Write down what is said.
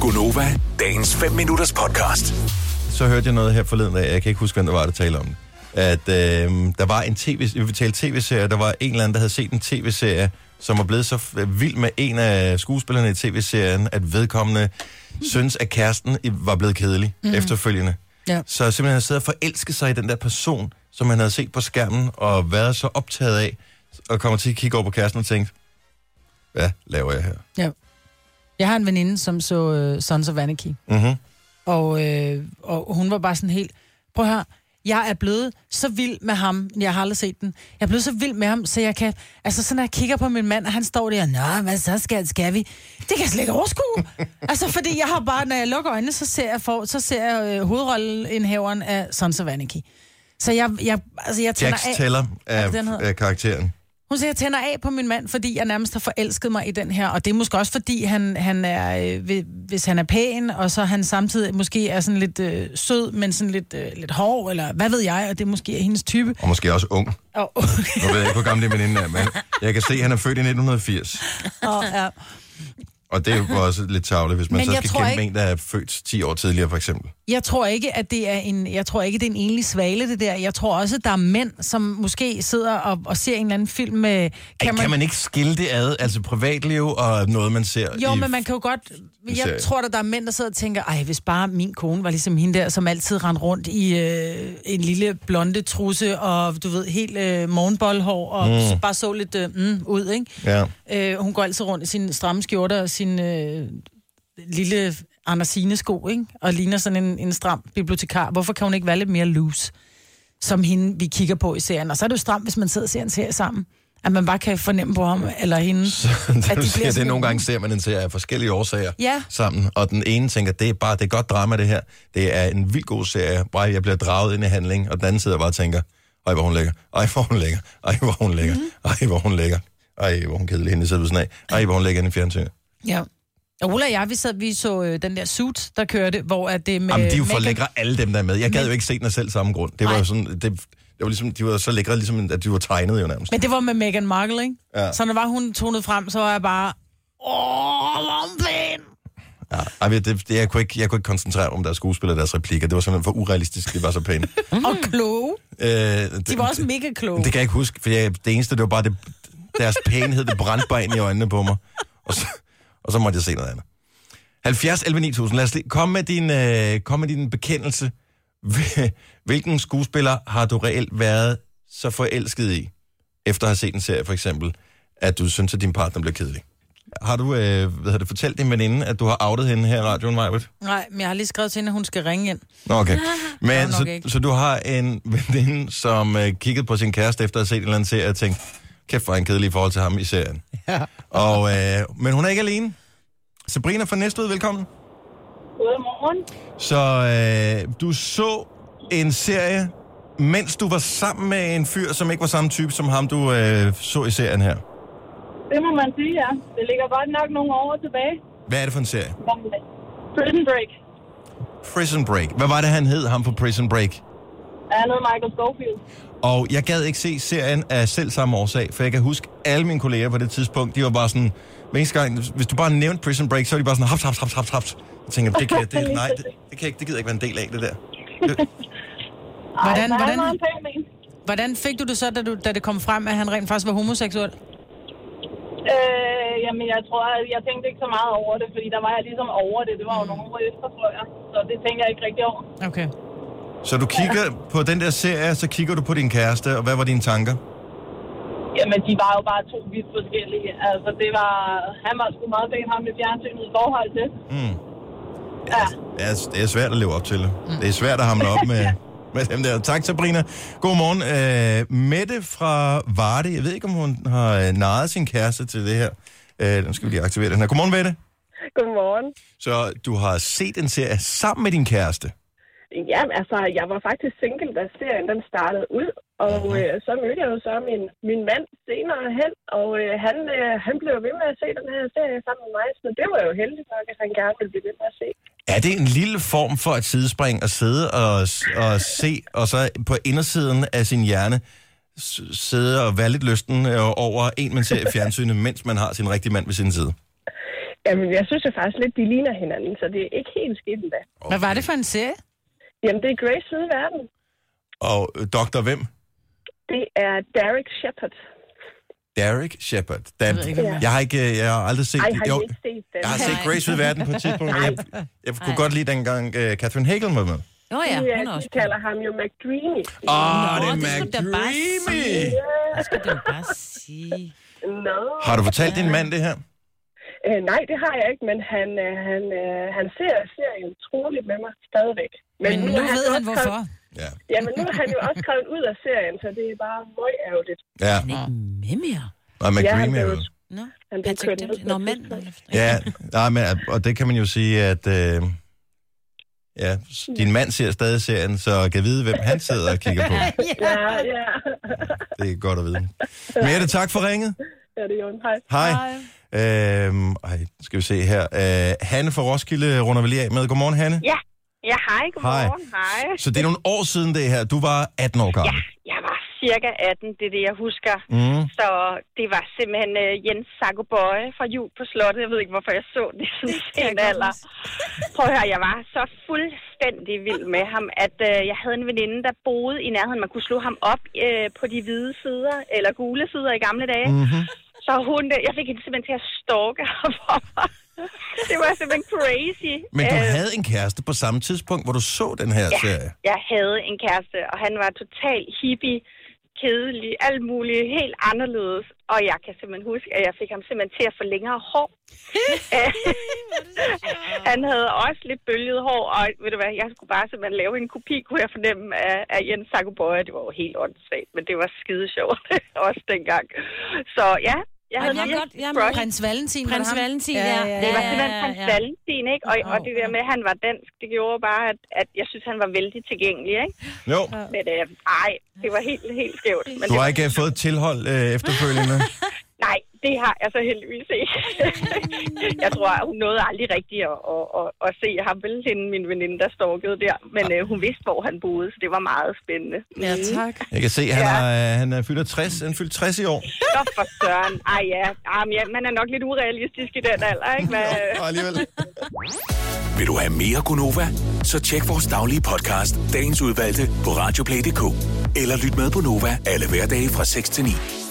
Gonova, dagens 5 minutters podcast. Så hørte jeg noget her forleden dag, jeg kan ikke huske, hvem der var, der talte om det. At der var en tv-serie, der var en eller anden, der havde set en tv-serie, som var blevet så vild med en af skuespillerne i tv-serien, at vedkommende synes, at kæresten var blevet kedelig efterfølgende. Ja. Så simpelthen havde siddet og forelsket sig i den der person, som han havde set på skærmen, og været så optaget af, og kommer til at kigge over på kæresten og tænke, hvad laver jeg her? Ja. Jeg har en veninde, som så Sons of Anarchy. Mm-hmm. Og hun var bare sådan helt, prøv at høre, jeg er blevet så vild med ham, jeg har aldrig set den, jeg er blevet så vild med ham, så jeg kan, altså så når jeg kigger på min mand, og han står der, nå, hvad så skal vi? Det kan jeg slet ikke overskue. Altså fordi jeg har bare, når jeg lukker øjnene, så ser jeg hovedrolleindhaveren af Sons of Anarchy. Så jeg tænder Jax Teller af karakteren. Hun siger, jeg tænder af på min mand, fordi jeg nærmest har forelsket mig i den her. Og det er måske også, fordi han er, hvis han er pæn, og så han samtidig måske er sådan lidt sød, men sådan lidt hård, eller hvad ved jeg, og det er måske hendes type. Og måske også ung. Nu ved jeg ikke, hvor gammel det er veninde er, men jeg kan se, at han er født i 1980. Ja. Og det er jo også lidt tarveligt, hvis man så skal kæmpe en, der er født 10 år tidligere, for eksempel. Jeg tror ikke, at det er en enlig svale, det der. Jeg tror også, at der er mænd, som måske sidder og ser en eller anden film med... Kan man ikke skille det ad, altså privatliv og noget, man ser? Jo, men man kan jo godt... Jeg tror, der er mænd, der sidder og tænker, ej, hvis bare min kone var ligesom hende der, som altid rendte rundt i en lille blonde trusse, og du ved, helt morgenboldhår, og bare så lidt ud, ikke? Ja. Hun går altid rundt i sine stramme skjorter og sin lille Andersine-sko, ikke? Og ligner sådan en stram bibliotekar. Hvorfor kan hun ikke være lidt mere loose, som hende, vi kigger på i serien? Og så er det jo stramt, hvis man sidder og ser en serie sammen. At man bare kan fornemme på ham eller hende. Så, at de siger, det nogle gange ser man en serie af forskellige årsager sammen. Og den ene tænker, det er godt drama det her. Det er en vildt god serie. Bare jeg bliver draget ind i handling. Og den anden sidder bare og tænker, ej hvor hun lækker. Ej hvor hun lækker. Ej hvor hun lækker. Ej hvor hun lækker. Ej hvor hun kedelig hende sidder ved sådan af. Ej hvor hun lækker inde i fjernsynet. Ja. Og Ulla og jeg, vi så den der Suits, der kørte, hvor at det med... Jamen, de er jo for lækre, alle dem der er med. Jeg gad jo ikke se den af selv samme grund. Det var jo sådan... Det var ligesom, de var så lækre, ligesom at de var tegnet jo nærmest. Men det var med Meghan Markle, ikke? Ja. Så når hun tonede frem, så var jeg bare... hvor pæn! Ja, jeg kunne ikke koncentrere mig om deres skuespillere og deres replikker. Det var simpelthen for urealistisk, det var så pæne. Og kloge. De var også mega kloge. Det kan jeg ikke huske, for det eneste, det var bare deres pænhed, det brændte bare ind i øjnene på mig. Og så måtte jeg se noget andet. 70 11 9000, lad os komme med din bekendelse. Hvilken skuespiller har du reelt været så forelsket i, efter at have set en serie for eksempel, at du synes, at din partner blev kedelig? Har du fortalt din veninde, at du har outet hende her i radioen, Majbert? Nej, men jeg har lige skrevet til hende, at hun skal ringe ind. Okay. Men så du har en veninde, som kiggede på sin kæreste efter at have set en eller anden serie og tænkte, kæft for en kedelig i forhold til ham i serien. Ja. Og, men hun er ikke alene. Sabrina fra Næstved, velkommen. Godmorgen. Så du så en serie, mens du var sammen med en fyr, som ikke var samme type som ham, du så i serien her? Det må man sige, ja. Det ligger godt nok nogle år tilbage. Hvad er det for en serie? Prison Break. Prison Break. Hvad var det, han hed, ham på Prison Break? Han hed Michael Scofield. Og jeg gad ikke se serien af selv samme årsag, for jeg kan huske, alle mine kolleger på det tidspunkt, de var bare sådan, hver eneste gang, hvis du bare nævnte Prison Break, så var de bare sådan, haps. Jeg tænker, det gider ikke være en del af det der. Hvordan fik du det så, da det kom frem, at han rent faktisk var homoseksuel? Jamen, jeg tænkte ikke så meget over det, fordi der var jeg ligesom over det. Det var jo nogle år efter, tror jeg. Så det tænkte jeg ikke rigtig over. Okay. Så du kigger på den der serie, så kigger du på din kæreste, og hvad var dine tanker? Jamen, de var jo bare to vidt forskellige. Altså, han var sgu meget pæn ham i fjernsynet i forhold til. Ja. Det er svært at leve op til. Det er svært at hamle op med dem der. Tak, Sabrina. Godmorgen. Mette fra Varde. Jeg ved ikke, om hun har narret sin kæreste til det her. Nu skal vi lige aktivere den her. Godmorgen, Mette. Godmorgen. Så du har set en serie sammen med din kæreste? Ja, altså, jeg var faktisk single, da serien den startede ud, og så mødte jeg jo så min mand senere hen, og han blev ved med at se den her serie sammen med mig, så det var jo heldigt nok, at han gerne ville blive ved med at se. Er det en lille form for et sidespring at sidde og se, og så på indersiden af sin hjerne sidde og være lidt lysten over en, man ser i fjernsynet, mens man har sin rigtige mand ved sin side? Jamen, jeg synes jo faktisk lidt, de ligner hinanden, så det er ikke helt skidt endda. Okay. Hvad var det for en serie? Jamen, det er Grace Side Verden. Og Dr. hvem? Det er Derek Shepherd. Derek Shepherd. Jeg har aldrig set Ej, det. har I ikke set den? Jeg har set Grace ved verden på et tidspunkt, men jeg kunne godt lide dengang Catherine Hagel var med. Nå ja, Ja, hun er også de kalder ham jo McDreamy. Det er det skulle du da bare McDreamy! Det skal du bare sige. Nå. Har du fortalt din mand det her? Nej, det har jeg ikke, men han ser serien troligt med mig stadigvæk. Men nu ved han også hvorfor. Ja. Jamen, nu er han jo også skrevet ud af serien, så det er bare møgærgerligt. Ja. Han er ikke med mere. Og McDreamy Ja, er han jo... Nå, Han blev Patrick, kørt ned på Nå, et mand. tidspunkt. Ja, nej, men, og det kan man jo sige, at din mand ser stadig serien, så kan vide, hvem han sidder og kigger på. Ja. Det er godt at vide. Mette, tak for ringet. Ja, det er jo en hej. Hej. Skal vi se her. Hanne fra Roskilde runder vi lige af med. Godmorgen, Hanne. Ja, hej, godmorgen, hej. Så det er nogle år siden det her. Du var 18 år gammel. Ja, jeg var cirka 18, det er det, jeg husker. Så det var simpelthen Jens Sagoboy fra Jul på Slottet. Jeg ved ikke, hvorfor jeg så det i sådan en alder. Prøv at høre, jeg var så fuldstændig vild med ham, at jeg havde en veninde, der boede i nærheden. Man kunne slå ham op på de hvide sider, eller gule sider i gamle dage. Så jeg fik hende simpelthen til at stalke ham for mig. Det var simpelthen crazy. Men du havde en kæreste på samme tidspunkt, hvor du så den her serie? Jeg havde en kæreste, og han var total hippie, kedelig, alt muligt, helt anderledes. Og jeg kan simpelthen huske, at jeg fik ham simpelthen til at få længere hår. Han havde også lidt bølget hår, og ved du hvad, jeg skulle bare simpelthen lave en kopi, kunne jeg fornemme, af Jens Sagoboy. Det var jo helt åndssvagt, men det var skide sjovt også dengang. Så ja. Prins Valentin. Prins Valentin, ja. Det var simpelthen Prins Valentin, ikke? Og det der med, at han var dansk, det gjorde bare, at jeg synes, han var vældig tilgængelig, ikke? Jo. Men det var helt skævt. Men Du har ikke fået et tilhold efterfølgende? Nej, det har jeg så heldigvis ikke. Jeg tror, hun nåede aldrig rigtigt at se ham, vel, hende, min veninde, der stalkede der. Men hun vidste, hvor han boede, så det var meget spændende. Ja, tak. Jeg kan se, han er fyldt 60. Han fyldt 60 i år. Så for søren. Man er nok lidt urealistisk i den alder, ikke? Alligevel. Vil du have mere Gunova? Så tjek vores daglige podcast, dagens udvalgte, på radioplay.dk. Eller lyt med på Nova alle hverdage fra 6 til 9.